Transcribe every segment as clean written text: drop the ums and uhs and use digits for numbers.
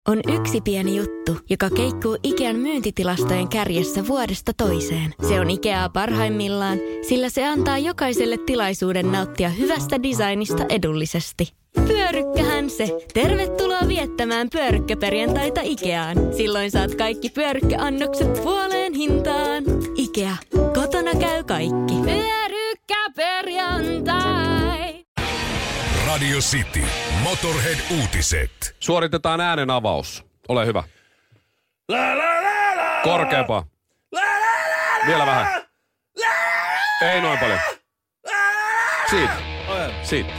On yksi pieni juttu, joka keikkuu Ikean myyntitilastojen kärjessä vuodesta toiseen. Se on Ikeaa parhaimmillaan, sillä se antaa jokaiselle tilaisuuden nauttia hyvästä designista edullisesti. Pyörykkähän se! Tervetuloa viettämään pyörykkäperjantaita Ikeaan. Silloin saat kaikki pyörykkäannokset puoleen hintaan. Ikea. Kotona käy kaikki. Pyörykkäperjantai! Radio City. Motorhead-uutiset. Suoritetaan äänen avaus. Ole hyvä. Korkeampaa. Vielä vähän. Ei noin paljon. Siitä. Siitä.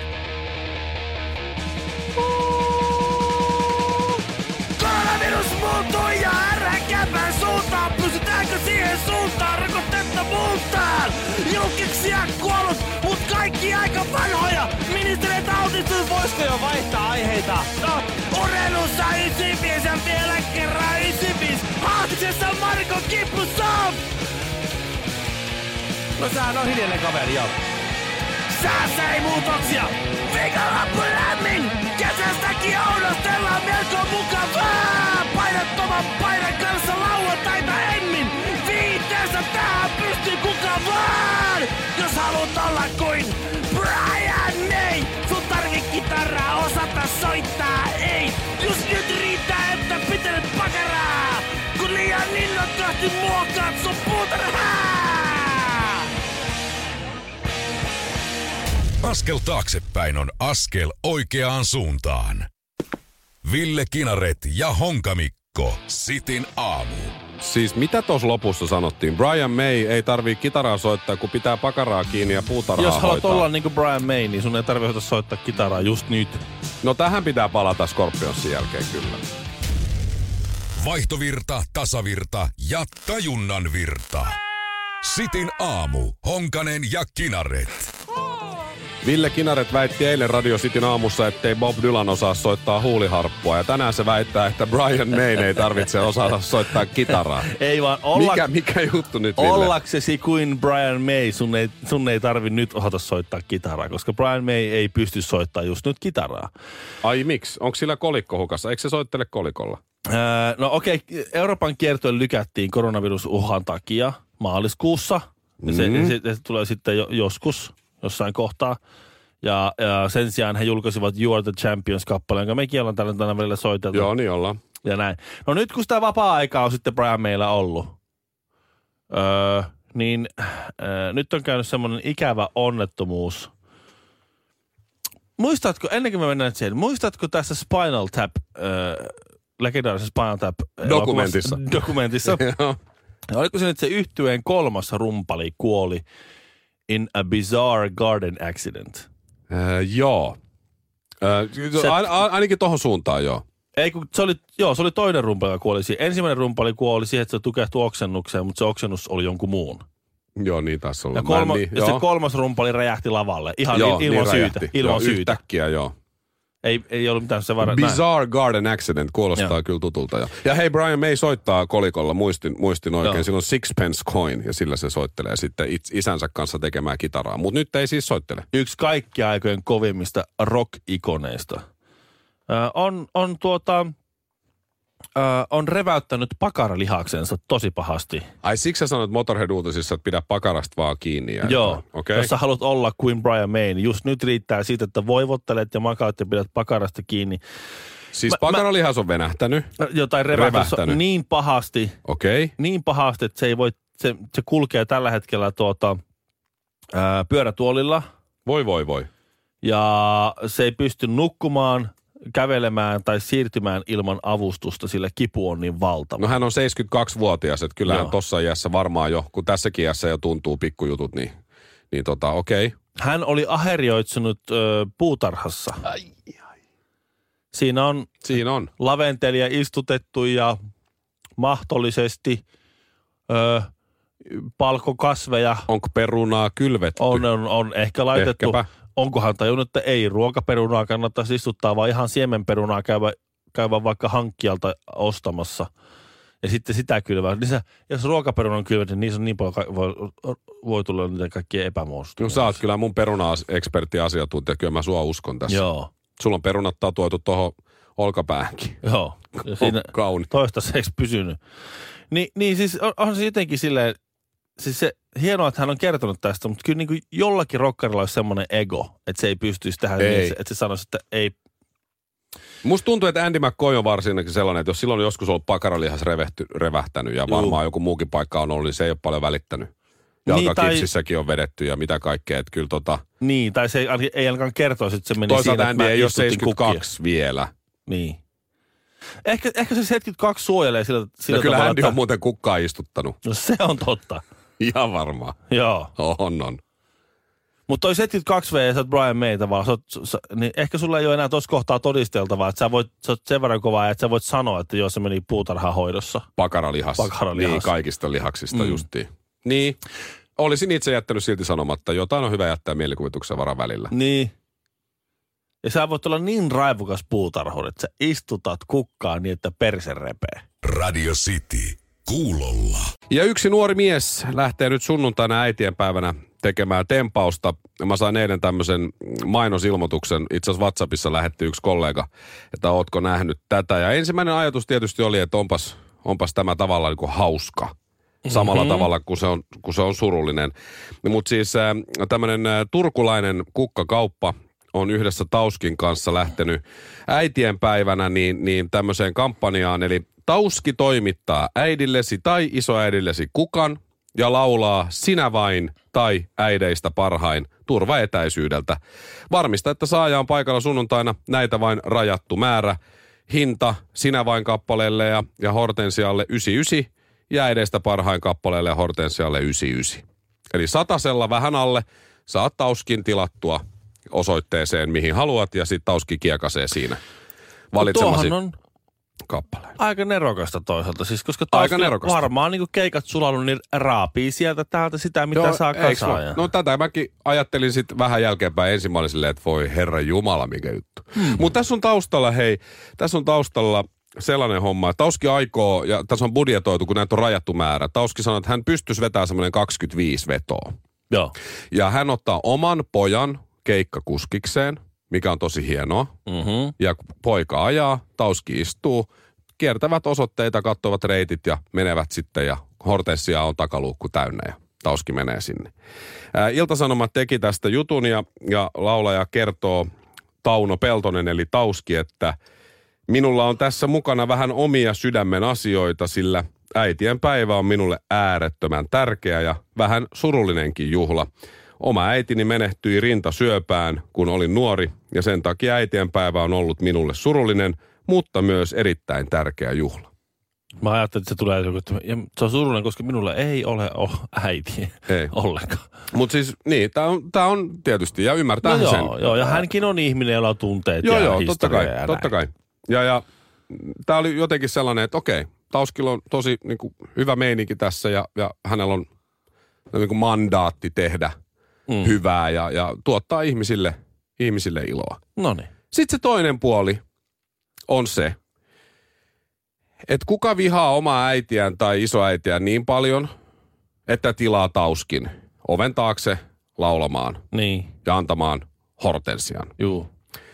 Koronavirus muuttui ja ärhäkäpään suuntaan. Pysytäänkö siihen suuntaan? Rokotetta muuttaan. Julkiksia kuollut, mut kaikki aika vanhoja. Ministereitä autistus, voisiko jo vaihtaa aiheita? No, urheilussa ysipies ja vielä kerran ysipies. Haastiksessa Marko Kippusov. No sähän on hiljainen kaveri, joo. Säässä ei muutoksia. Viikonloppu lämmin. Kesästäkin oudostellaan melko mukavaa. Painattoman painan kanssa lauantaita emmin. Viitteessä tähän pystyy kuka vaan. Jos haluat olla kuin Brian May, sun tarvii kitaraa osata soittaa, ei. Just nyt riittää, että pitelet pakaraa. Kun liian innokkaasti muokkaat sun puutarhaa. Askel taaksepäin on askel oikeaan suuntaan. Ville Kinaret ja Honkamikko. Sitin aamu. Siis mitä tuossa lopussa sanottiin? Brian May ei tarvii kitaraa soittaa, kun pitää pakaraa kiinni ja puutarhaa Jos haluat hoitaa. olla niin kuin Brian May, niin sun ei tarvitse soittaa kitaraa just nyt. No tähän pitää palata Scorpionsin jälkeen kyllä. Vaihtovirta, tasavirta ja tajunnan virta. Sitin aamu. Honkanen ja Kinaret. Ville Kinaret väitti eilen Radio Cityn aamussa, ettei Bob Dylan osaa soittaa huuliharppua. Ja tänään se väittää, että Brian May ei tarvitse osata soittaa kitaraa. Ei vaan Mikä juttu nyt, Ville? Ollaksesi kuin Brian May, sun ei tarvi nyt osata soittaa kitaraa, koska Brian May ei pysty soittamaan just nyt kitaraa. Ai miksi? Onko sillä kolikko hukassa? Eikö se soittele kolikolla? No okei, Euroopan kiertue lykättiin koronavirusuhan takia maaliskuussa. Ja se tulee sitten joskus, jossain kohtaa. Ja sen sijaan he julkaisivat You Are the Champions-kappaleen, jonka mekin ollaan tänä välillä soiteltu. Joo, niin ollaan. Ja näin. No nyt kun sitä vapaa-aikaa on sitten Brian Maylla ollut, niin nyt on käynyt semmoinen ikävä onnettomuus. Muistatko, ennen kuin me mennään siihen, muistatko tässä Spinal Tap, legendaarisessa Spinal Tap dokumentissa? Oliko se nyt se yhtyeen 3. rumpali kuoli in a bizarre garden accident? Joo. Ainakin tohon suuntaan, joo. Ei, kun se oli toinen rumpali, joka kuoli siihen. Ensimmäinen rumpali kuoli siihen, että se tukehtui oksennukseen, mutta se oksennus oli jonkun muun. Joo, niin taisi olla. Ja se 3. rumpali räjähti lavalle. Ihan ilman syytä. Ilman syytä. Yhtäkkiä, joo. Ei ollut mitään se varaa. Bizarre garden accident kuulostaa kyllä tutulta. Ja hei, Brian May soittaa kolikolla, muistin oikein. Silloin Sixpence Coin ja sillä se soittelee sitten isänsä kanssa tekemään kitaraa. Mutta nyt ei siis soittele. Yksi kaikkien aikojen kovimmista rock-ikoneista. On reväyttänyt pakaralihaksensa tosi pahasti. Ai siksi sä sanoit Motorhead-uutisissa, että pidä pakarasta vaan kiinni. Joo, okay. Jos sä haluat olla kuin Brian May, niin just nyt riittää siitä, että voivottelet ja makaat ja pidät pakarasta kiinni. Siis pakaralihas on venähtänyt? Jotain revähtänyt. Niin pahasti, niin pahasti, että se kulkee tällä hetkellä pyörätuolilla. Voi. Ja se ei pysty nukkumaan, kävelemään tai siirtymään ilman avustusta, sillä kipu on niin valtava. No hän on 72-vuotias, että kyllähän tossa iässä varmaan jo, kun tässäkin iässä jo tuntuu pikkujutut, niin okei. Hän oli aherioitsunut puutarhassa. Siinä on laventelia istutettu ja mahdollisesti palkokasveja. Onko perunaa kylvetty? On ehkä laitettu. Ehkäpä. Onkohan tajunnut, että ei ruokaperunaa kannattaisi istuttaa, vaan ihan siemenperunaa käyvä vaikka hankkijalta ostamassa. Ja sitten sitä kylvää. Jos ruokaperuna on kylvetty, niin niissä on niin paljon, voi tulla niitä kaikkia epämuodostumia. No sä oot kyllä mun peruna-ekspertti asiantuntija, kyllä mä sua uskon tässä. Joo. Sulla on perunat tatuoitu tuohon olkapäähänkin. Joo. Ja siinä kauni. Toistaiseksi pysynyt. Niin siis on se jotenkin silleen, siis se hienoa, että hän on kertonut tästä, mutta kyllä niin kuin jollakin rokkarilla olisi semmoinen ego, että se ei pystyisi tähän, että se sanoisi, että ei. Musta tuntuu, että Andy McCoy on varsinkin sellainen, että jos silloin on joskus ollut pakaralihas revähtänyt ja varmaan joku muukin paikka on ollut, niin se ei ole paljon välittänyt. Jalkakipsissäkin on vedetty ja mitä kaikkea, että kyllä Niin, tai se ei ainakaan kertoa, että se meni toisaalta siinä, Andy ei ole 72 vielä. Niin. Ehkä se 72 suojelee sillä no kyllä Andy on muuten kukkaa istuttanut. No se on totta. Ihan varmaan. Joo. On. Mutta toi 72V ja sä oot Brian May tavallaan, niin ehkä sulla ei ole enää tuossa kohtaa todisteltavaa, että sä oot sen verran kovaa, että sä voit sanoa, että joo, se meni puutarhahoidossa. Pakaralihas. Niin, kaikista lihaksista justiin. Niin, olisin itse jättänyt silti sanomatta, jotain on hyvä jättää mielikuvituksen varan välillä. Niin. Ja sä voit olla niin raivukas puutarhuri, että sä istutat kukkaa niin, että perse repee. Radio City. Kuulolla. Ja yksi nuori mies lähtee nyt sunnuntaina äitienpäivänä tekemään tempausta. Mä sain eilen tämmöisen mainosilmoituksen. Itse asiassa WhatsAppissa lähetti yksi kollega, että ootko nähnyt tätä. Ja ensimmäinen ajatus tietysti oli, että onpas tämä tavallaan niin kuin hauska. Samalla tavalla kuin se on surullinen. Mutta siis tämmöinen turkulainen kukkakauppa on yhdessä Tauskin kanssa lähtenyt äitienpäivänä niin tämmöiseen kampanjaan. Eli Tauski toimittaa äidillesi tai isoäidillesi kukan ja laulaa sinä vain tai äideistä parhain turvaetäisyydeltä. Varmista, että saaja on paikalla sunnuntaina, näitä vain rajattu määrä. Hinta sinä vain kappaleelle ja Hortensialle 99 ja äideistä parhain kappaleelle ja Hortensialle 99. Eli 100 vähän alle saat Tauskin tilattua osoitteeseen mihin haluat ja sitten Tauski kiekasee siinä valitsemasi kappaleen. Aika nerokasta toisaalta, siis koska Tauski varmaan niin kuin keikat sulanut, niin raapii sieltä täältä sitä, mitä saa kasaan. No tätä mäkin ajattelin sitten vähän jälkeenpäin ensimmäinen silleen, että voi herra jumala mikä juttu. Mutta tässä on taustalla sellainen homma, että Tauski aikoo, ja tässä on budjetoitu, kun näitä on rajattu määrä. Tauski sanoi, että hän pystyisi vetämään semmoinen 25 vetoa. Joo. Ja hän ottaa oman pojan keikkakuskikseen, mikä on tosi hienoa. Ja poika ajaa, Tauski istuu, kiertävät osoitteita, katsovat reitit ja menevät sitten ja Hortensia on takaluukku täynnä ja Tauski menee sinne. Ilta-Sanomat teki tästä jutun ja laulaja kertoo Tauno Peltonen eli Tauski, että minulla on tässä mukana vähän omia sydämen asioita, sillä äitien päivä on minulle äärettömän tärkeä ja vähän surullinenkin juhla. Oma äitini menehtyi rintasyöpään, kun olin nuori, ja sen takia äitienpäivä on ollut minulle surullinen, mutta myös erittäin tärkeä juhla. Mä ajattelin, että se tulee joku, että se on surullinen, koska minulla ei ole äitiä ollenkaan. Mutta siis niin, tää on tietysti, ja ymmärtää sen. Joo, ja hänkin on ihminen, jolla on tunteet ja historia. Totta kai. Ja tää oli jotenkin sellainen, että okei, Tauskilla on tosi niin kuin, hyvä meininki tässä, ja hänellä on niin kuin mandaatti tehdä hyvää ja tuottaa ihmisille iloa. Noniin. Sitten se toinen puoli on se, että kuka vihaa omaa äitiään tai isoäitiään niin paljon, että tilaa Tauskin oven taakse laulamaan ja antamaan Hortensian. Juu.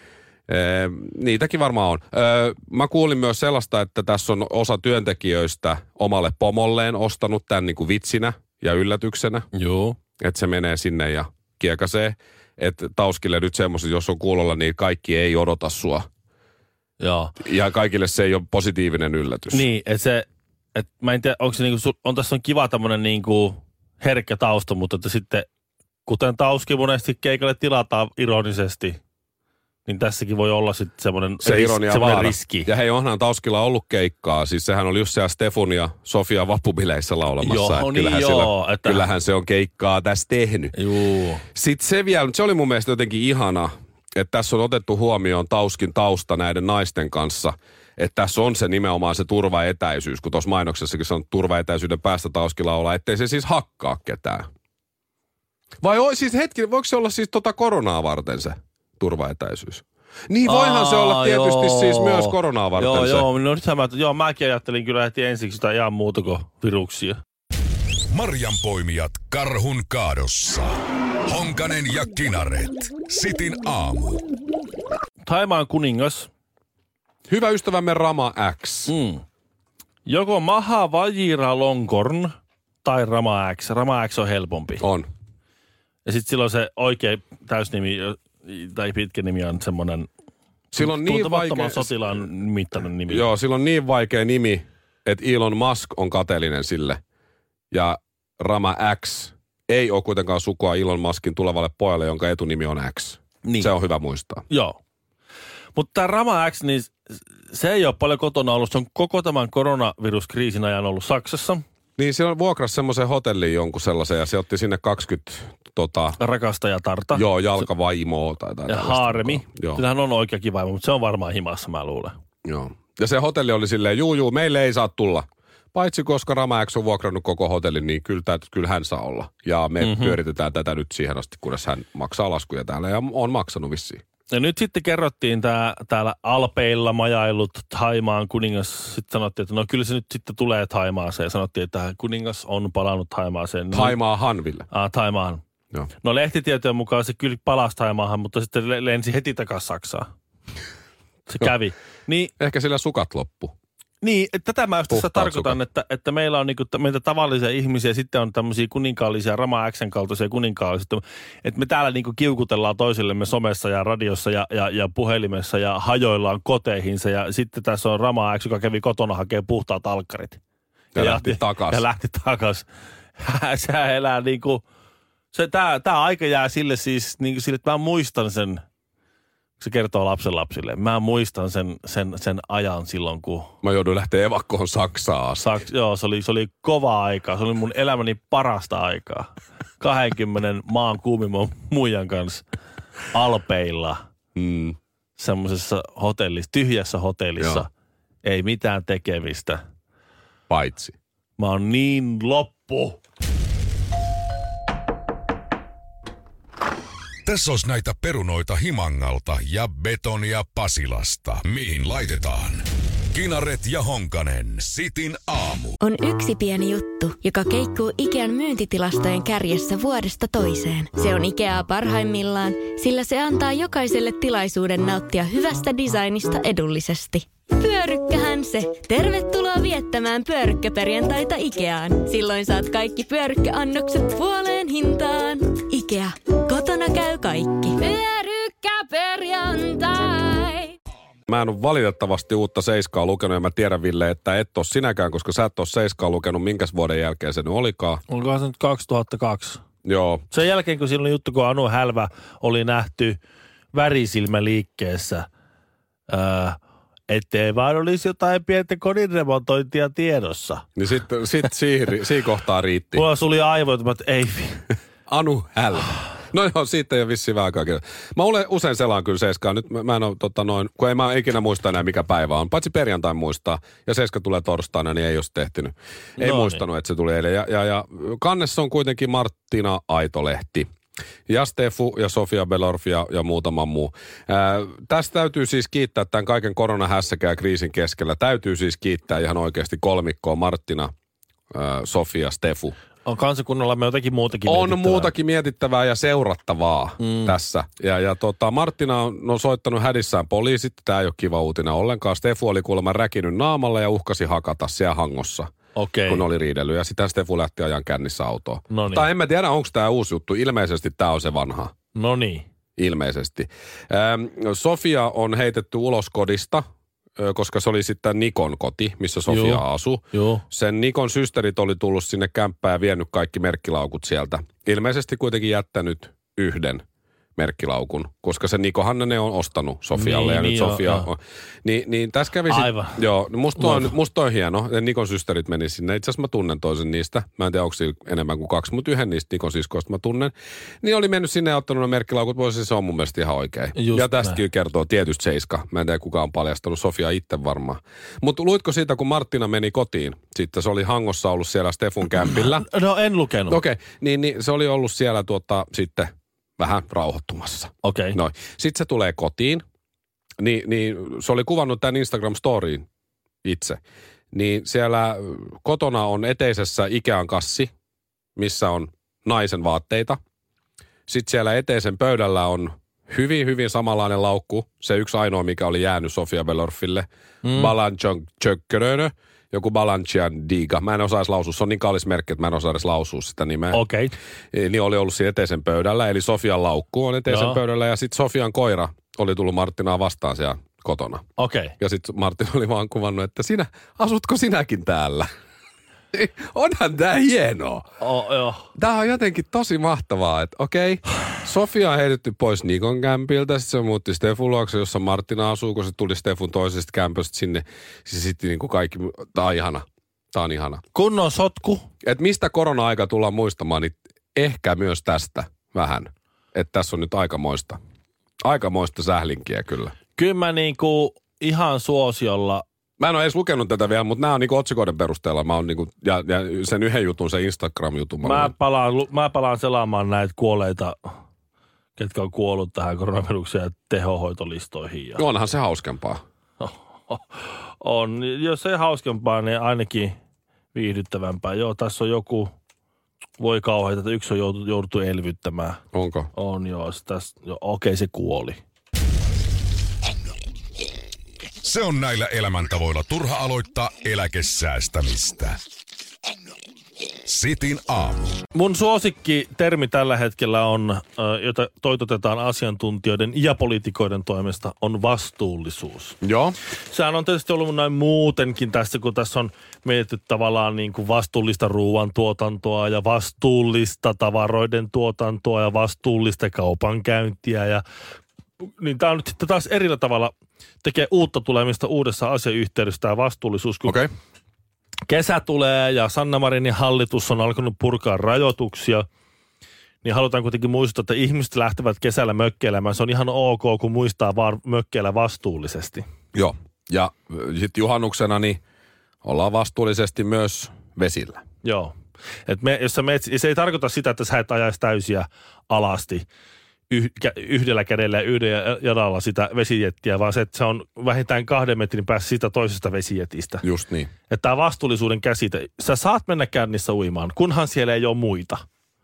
Niitäkin varmaan on. Mä kuulin myös sellaista, että tässä on osa työntekijöistä omalle pomolleen ostanut tämän niin kuin vitsinä ja yllätyksenä. Joo. Että se menee sinne ja kiekasee. Että Tauskille nyt semmoiset, jos on kuulolla, niin kaikki ei odota sua. Joo. Ja kaikille se ei ole positiivinen yllätys. Niin, että mä en tiedä, onko se niinku, on tässä on kiva tämmönen niinku herkkä tausta, mutta että sitten, kuten Tauski monesti keikalle tilataan ironisesti, niin tässäkin voi olla sitten semmoinen riski. Ja hei, onhan Tauskilla ollut keikkaa. Siis sehän oli just siellä Stefun ja Sofia vappubileissä laulamassa. Kyllähän se on keikkaa tässä tehnyt. Joo. Sitten se vielä, se oli mun mielestä jotenkin ihana, että tässä on otettu huomioon Tauskin tausta näiden naisten kanssa. Että tässä on se nimenomaan se turvaetäisyys, kun tuossa mainoksessakin se on turvaetäisyyden päästä Tauskilla olla, ettei se siis hakkaa ketään. Vai siis hetki, voiko se olla siis koronaa varten se turvaetäisyys? Niin voihan se olla tietysti siis myös koronaa varten se. No mäkin ajattelin kyllä heti ensiksi sitä ihan muuta kuin viruksia. Marjanpoimijat karhun kaadossa. Honkanen ja Kinaret. Sitin aamu. Thaimaan kuningas Hyvä ystävämme Rama X. Joko Maha Vajira Longkorn tai Rama X. Rama X on helpompi. On. Ja sitten silloin se oikea täysnimi tai pitkä nimi on semmoinen Silloin niin vaikea sotilaan mittainen nimi. Joo, sillä on niin vaikea nimi, että Elon Musk on kateellinen sille. Ja Rama X ei ole kuitenkaan sukua Elon Muskin tulevalle pojalle, jonka etunimi on X. Niin. Se on hyvä muistaa. Joo. Mutta tämä Rama X, niin se ei ole paljon kotona ollut. Se on koko tämän koronaviruskriisin ajan ollut Saksassa. Niin, se vuokrasi semmoisen hotelliin jonkun sellaisen ja se otti sinne 20 rakastajatarta. Joo, jalkavaimoa tai ja haaremi. Kyllähän on oikeakin vaimo, mutta se on varmaan himassa, mä luulen. Joo. Ja se hotelli oli silleen, juu, meille ei saa tulla. Paitsi koska Rama X on vuokrannut koko hotellin, niin kyllä hän saa olla. Ja me pyöritetään tätä nyt siihen asti, kunnes hän maksaa laskuja täällä ja on maksanut vissiin. Ja nyt sitten kerrottiin täällä Alpeilla majailut Thaimaan kuningas. Sitten sanottiin, että no kyllä se nyt sitten tulee Thaimaaseen. Sanottiin, että kuningas on palannut Thaimaaseen. Thaimaahan, Ville. Thaimaahan. Joo. No lehtitietojen mukaan se kyllä palasi Thaimaahan, mutta sitten lensi heti takaisin Saksaan. Se kävi. Niin, ehkä sillä sukat loppu. Niin, että tätä mä just tässä tarkoitan, että meillä on niinku meitä tavallisia ihmisiä, sitten on tämmöisiä kuninkaallisia, Rama X:n kaltaisia kuninkaallisia, että me täällä niinku kiukutellaan toisillemme somessa ja radiossa ja puhelimessa ja hajoillaan koteihinsa ja sitten tässä on Rama X, joka kävi kotona hakee puhtaat alkkarit. Ja lähti takas. Ja lähti takas. Sehän elää niinku, tää aika jää sille siis niinku sille, että mä muistan sen. Se kertoo lapsenlapsille. Mä muistan sen ajan silloin, kun... Mä jouduin lähteä evakkoon Saksaan. Joo, se oli kova aika. Se oli mun elämäni parasta aikaa. 20 maan kuumimman muijan kanssa Alpeilla. Semmoisessa hotellissa, tyhjässä hotellissa. Joo. Ei mitään tekemistä. Paitsi. Mä oon niin loppu. Tässä olisi näitä perunoita Himangalta ja betonia Pasilasta. Mihin laitetaan? Kinaret ja Honkanen, Sitin aamu. On yksi pieni juttu, joka keikkuu Ikean myyntitilastojen kärjessä vuodesta toiseen. Se on Ikeaa parhaimmillaan, sillä se antaa jokaiselle tilaisuuden nauttia hyvästä designista edullisesti. Pyörykkähän se. Tervetuloa viettämään pyörykkäperjantaita Ikeaan. Silloin saat kaikki pyörykkäannokset puoleen hintaan. Ikea. Kotona käy kaikki. Pyörykkäperjantai. Mä en ole valitettavasti uutta Seiskaa lukenut ja mä tiedän, Ville, että et ole sinäkään, koska sä et ole Seiskaa lukenut. Minkäs vuoden jälkeen se nyt olikaan? Olikohan se nyt 2002? Joo. Sen jälkeen, kun siinä oli juttu, kun Anu Hälvä oli nähty värisilmäliikkeessä, ettei vaan olisi jotain pientä kodinremontointia tiedossa. Niin sitten siinä kohtaa riitti. Mulla suli aivoit, että ei. Anu Hälvä. No joo, siitä ei ole vissiin vähän aikaa. Mä usein selaan kyllä Seiskaa. Nyt mä en ole kun ei mä ikinä muista enää mikä päivä on. Paitsi perjantain muistaa. Ja Seiska tulee torstaina, niin ei ole tehtynyt. Ei muistanut, että se tuli eilen. Ja kannessa on kuitenkin Marttina Aitolehti. Ja Stefu ja Sofia Belorf ja muutama muu. Tästä täytyy siis kiittää tämän kaiken koronahässäkään ja kriisin keskellä. Täytyy siis kiittää ihan oikeasti kolmikkoa Marttina, Sofia, Stefu. On kansakunnalla me jotakin muutakin on muutakin mietittävää ja seurattavaa tässä. Ja Marttina on soittanut hädissään poliisit. Tämä ei ole kiva uutinen ollenkaan. Stefu oli kuulemma räkinyt naamalla ja uhkasi hakata siellä Hangossa. Okay. Kun oli riidellyt. Ja sitten Stefu lähti ajan kännissä autoon. Noniin. Tai en mä tiedä, onko tämä uusi juttu. Ilmeisesti tämä on se vanha. No niin. Ilmeisesti. Sofia on heitetty ulos kodista, koska se oli sitten Nikon koti, missä Sofia asui. Sen Nikon systerit oli tullut sinne kämppään ja vienyt kaikki merkkilaukut sieltä. Ilmeisesti kuitenkin jättänyt yhden merkkilaukun, koska se Nikohan ne on ostanut Sofialle ja nyt Sofia on. Niin tässä kävi aivan. Joo, musta on hieno. Nikon systerit meni sinne. Itse asiassa mä tunnen toisen niistä. Mä en tiedä, onko enemmän kuin 2, mutta yhden niistä Nikon siskoista mä tunnen. Niin oli mennyt sinne ja ottanut ne merkkilaukut pois, se on mun mielestä ihan oikein. Just ja tästäkin kertoo tietysti Seiska. Mä en tiedä, kuka on paljastanut, Sofia itse varmaan. Mutta luitko siitä, kun Marttina meni kotiin? Sitten se oli Hangossa ollut siellä Stefun kämpillä. No en lukenut. Okei, niin se oli ollut siellä sitten vähän rauhoittumassa. Okei. Noin. Sitten se tulee kotiin, niin se oli kuvannut tämän Instagram-storyin itse. Niin siellä kotona on eteisessä Ikean kassi, missä on naisen vaatteita. Sitten siellä eteisen pöydällä on Hyvin, hyvin samanlainen laukku. Se yksi ainoa, mikä oli jäänyt Sofia Belorfille. Balanchonkökörönö. Joku Balanchian Diga. Mä en osaa edes lausua. Se on niin kallis merkki, että mä en osaa edes lausua sitä nimeä. Okei. Niin oli ollut siinä eteisen pöydällä. Eli Sofian laukku on eteisen pöydällä. Ja sitten Sofian koira oli tullut Marttinaa vastaan siellä kotona. Okei. Ja sitten Martin oli vaan kuvannut, että asutko sinäkin täällä? Onhan tää hienoa. Joo. Tää on jotenkin tosi mahtavaa, että okei, Sofia on heitetty pois Nikon kämpiltä, sitten se muutti Stefun luokse, jossa Martina asuu, kun se tuli Stefun toisesta kämpöstä sinne. Siis sitten niin kuin kaikki, tää on ihana. Tää on ihana. Kunnon sotku. Et mistä korona-aika tullaan muistamaan, niin ehkä myös tästä vähän. Että tässä on nyt aikamoista sählinkiä kyllä. Kyllä mä niinku ihan suosiolla. Mä en ole edes lukenut tätä vielä, mutta nämä on niinku otsikoiden perusteella. Mä oon niinku, ja sen yhden jutun, se Instagram-jutun. Mä palaan selaamaan näitä kuolleita, ketkä on kuollut tähän koronavirukseen ja tehohoitolistoihin. Ja... Onhan se hauskempaa. On. Jos ei hauskempaa, niin ainakin viihdyttävämpää. Joo, tässä on joku, voi kauheita, että yksi on jouduttu elvyttämään. Onko? On joo. Okei, se kuoli. Se on näillä elämäntavoilla turha aloittaa eläkesäästämistä. Sitin aamu. Mun suosikkitermi tällä hetkellä on, jota toitotetaan asiantuntijoiden ja poliitikoiden toimesta, on vastuullisuus. Joo. Sehän on tietysti ollut näin muutenkin tässä, kun tässä on mietitty tavallaan niin kuin vastuullista ruoantuotantoa ja vastuullista tavaroiden tuotantoa ja vastuullista kaupankäyntiä. Niin tämä on nyt sitten taas erillä tavalla tekee uutta tulemista uudessa asiayhteydessä tämä vastuullisuus, kun kesä tulee ja Sanna Marinin hallitus on alkanut purkaa rajoituksia, niin halutaan kuitenkin muistuttaa, että ihmiset lähtevät kesällä mökkeilemään. Se on ihan ok, kun muistaa vaan mökkeillä vastuullisesti. Joo, ja sitten juhannuksena niin ollaan vastuullisesti myös vesillä. Joo, että se ei tarkoita sitä, että sä et ajaisi täysiä alasti yhdellä kädellä ja yhdellä jalalla sitä vesijettiä, vaan se, että se on vähintään 2 metrin päässä siitä toisesta vesijetistä. Just niin. Että tämä vastuullisuuden käsite, sä saat mennä kännissä uimaan, kunhan siellä ei ole muita.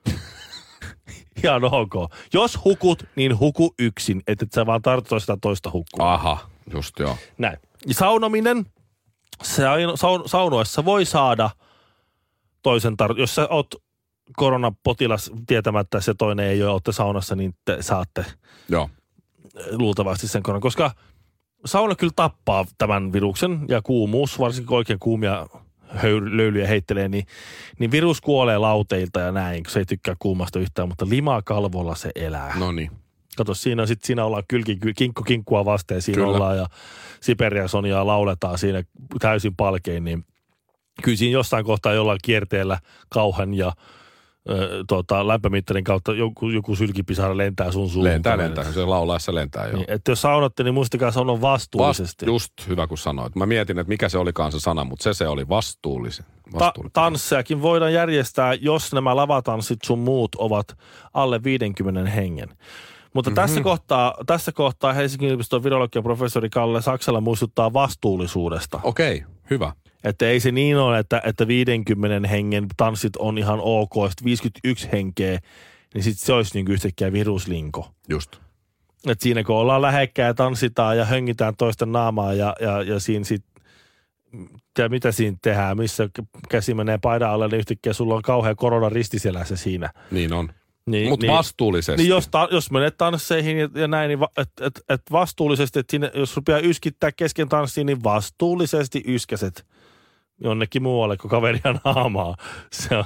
Ihan ok. Jos hukut, niin huku yksin, että et sä vaan tarvitse sitä toista hukkua. Aha, just joo. Näin. Ja saunominen, saunoessa voi saada toisen jos sä oot koronapotilas tietämättä, se toinen ei ole, olette saunassa, niin te saatte luultavasti sen koronan. Koska sauna kyllä tappaa tämän viruksen ja kuumuus, varsinkin oikein kuumia löylyjä heittelee, niin virus kuolee lauteilta ja näin, kun se ei tykkää kuumasta yhtään, mutta limakalvolla se elää. No niin. Kato, siinä ollaan kinkkua vasteen, siinä kyllä ollaan ja Siperiasoniaa lauletaan siinä täysin palkein, niin kyllä siinä jossain kohtaa jollain kierteellä kauhan ja lämpömittarin kautta joku sylkipisara lentää sun suuntaan. Lentää. Se laulaessa lentää, joo. Niin, että jos saunotte, niin muistakaa saunon vastuullisesti. Just hyvä, kun sanoit. Mä mietin, että mikä se olikaan se sana, mutta se oli vastuullisen. Tanssejakin voidaan järjestää, jos nämä lavatanssit sun muut ovat alle 50 hengen. Mutta tässä kohtaa Helsingin yliopiston virologian professori Kalle Saksala muistuttaa vastuullisuudesta. Okei, hyvä. Että ei se niin ole, että 50 hengen tanssit on ihan ok, sitten 51 henkeä, niin sitten se olisi niin yhtäkkiä viruslinko. Just. Että siinä kun ollaan lähekkäin ja tanssitaan ja höngitään toisten naamaa ja siinä sitten, ja mitä siinä tehdään, missä käsi menee paidan alle, niin yhtäkkiä sulla on kauhean koronan ristiselässä siinä. Niin on. Mutta vastuullisesti. Niin jos menet tansseihin ja näin, niin että vastuullisesti, että siinä, jos rupeaa yskittää kesken tanssiin, niin vastuullisesti yskäset jonnekin muualle kuin kaveria naamaa. Se on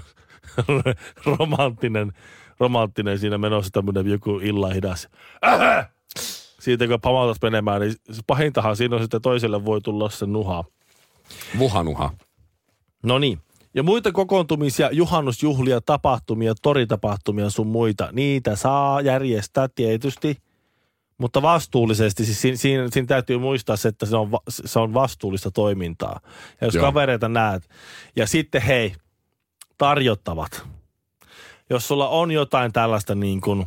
romanttinen siinä menossa tämmöinen joku illan hidas. Siitä kun pamautat menemään, niin pahintahan siinä on sitten toiselle voi tulla se nuha. Vuhanuha. No niin. Ja muita kokoontumisia, juhannusjuhlia, tapahtumia, toritapahtumia sun muita, niitä saa järjestää tietysti, mutta vastuullisesti. Siis siinä täytyy muistaa se, että se on vastuullista toimintaa. Ja jos kavereita näet. Ja sitten hei, tarjottavat. Jos sulla on jotain tällaista niin kuin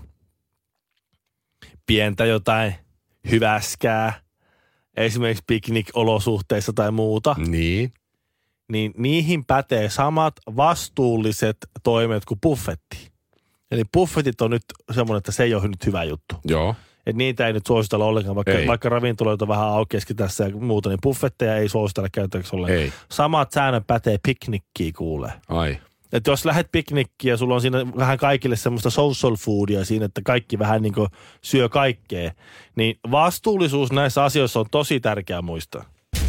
pientä jotain hyväskää, esimerkiksi piknik-olosuhteissa tai muuta. Niin niihin pätee samat vastuulliset toimet kuin buffetti. Eli buffetit on nyt semmoinen, että se ei ole nyt hyvä juttu. Joo. Että niitä ei nyt suositella ollenkaan, vaikka ravintoloita vähän aukeaisikin tässä ja muuta, niin buffetteja ei suositella käytännössä ollenkaan. Ei. Samat säännöt pätee piknikkiä kuulee. Ai. Että jos lähdet piknikkiin ja sulla on siinä vähän kaikille semmoista social foodia siinä, että kaikki vähän niin kuin syö kaikkea, niin vastuullisuus näissä asioissa on tosi tärkeää muistaa.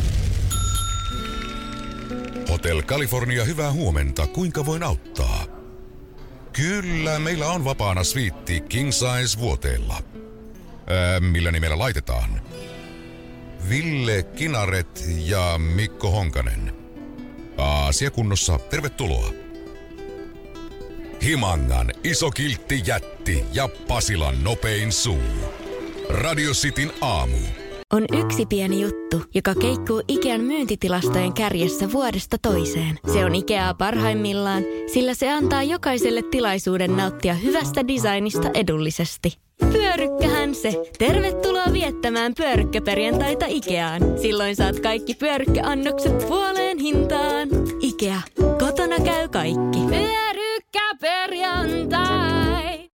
Hotel California, hyvää huomenta. Kuinka voin auttaa? Kyllä, meillä on vapaana sviitti King Size vuoteella. Millä nimellä laitetaan? Ville Kinaret ja Mikko Honkanen. Asia kunnossa, tervetuloa. Himangan iso kiltti jätti ja Pasilan nopein suu. Radio Cityn aamu. On yksi pieni juttu, joka keikkuu Ikean myyntitilastojen kärjessä vuodesta toiseen. Se on Ikeaa parhaimmillaan, sillä se antaa jokaiselle tilaisuuden nauttia hyvästä designista edullisesti. Pyörykkähän se! Tervetuloa viettämään pyörykkäperjantaita Ikeaan. Silloin saat kaikki pyörykkäannokset puoleen hintaan. Ikea. Kotona käy kaikki.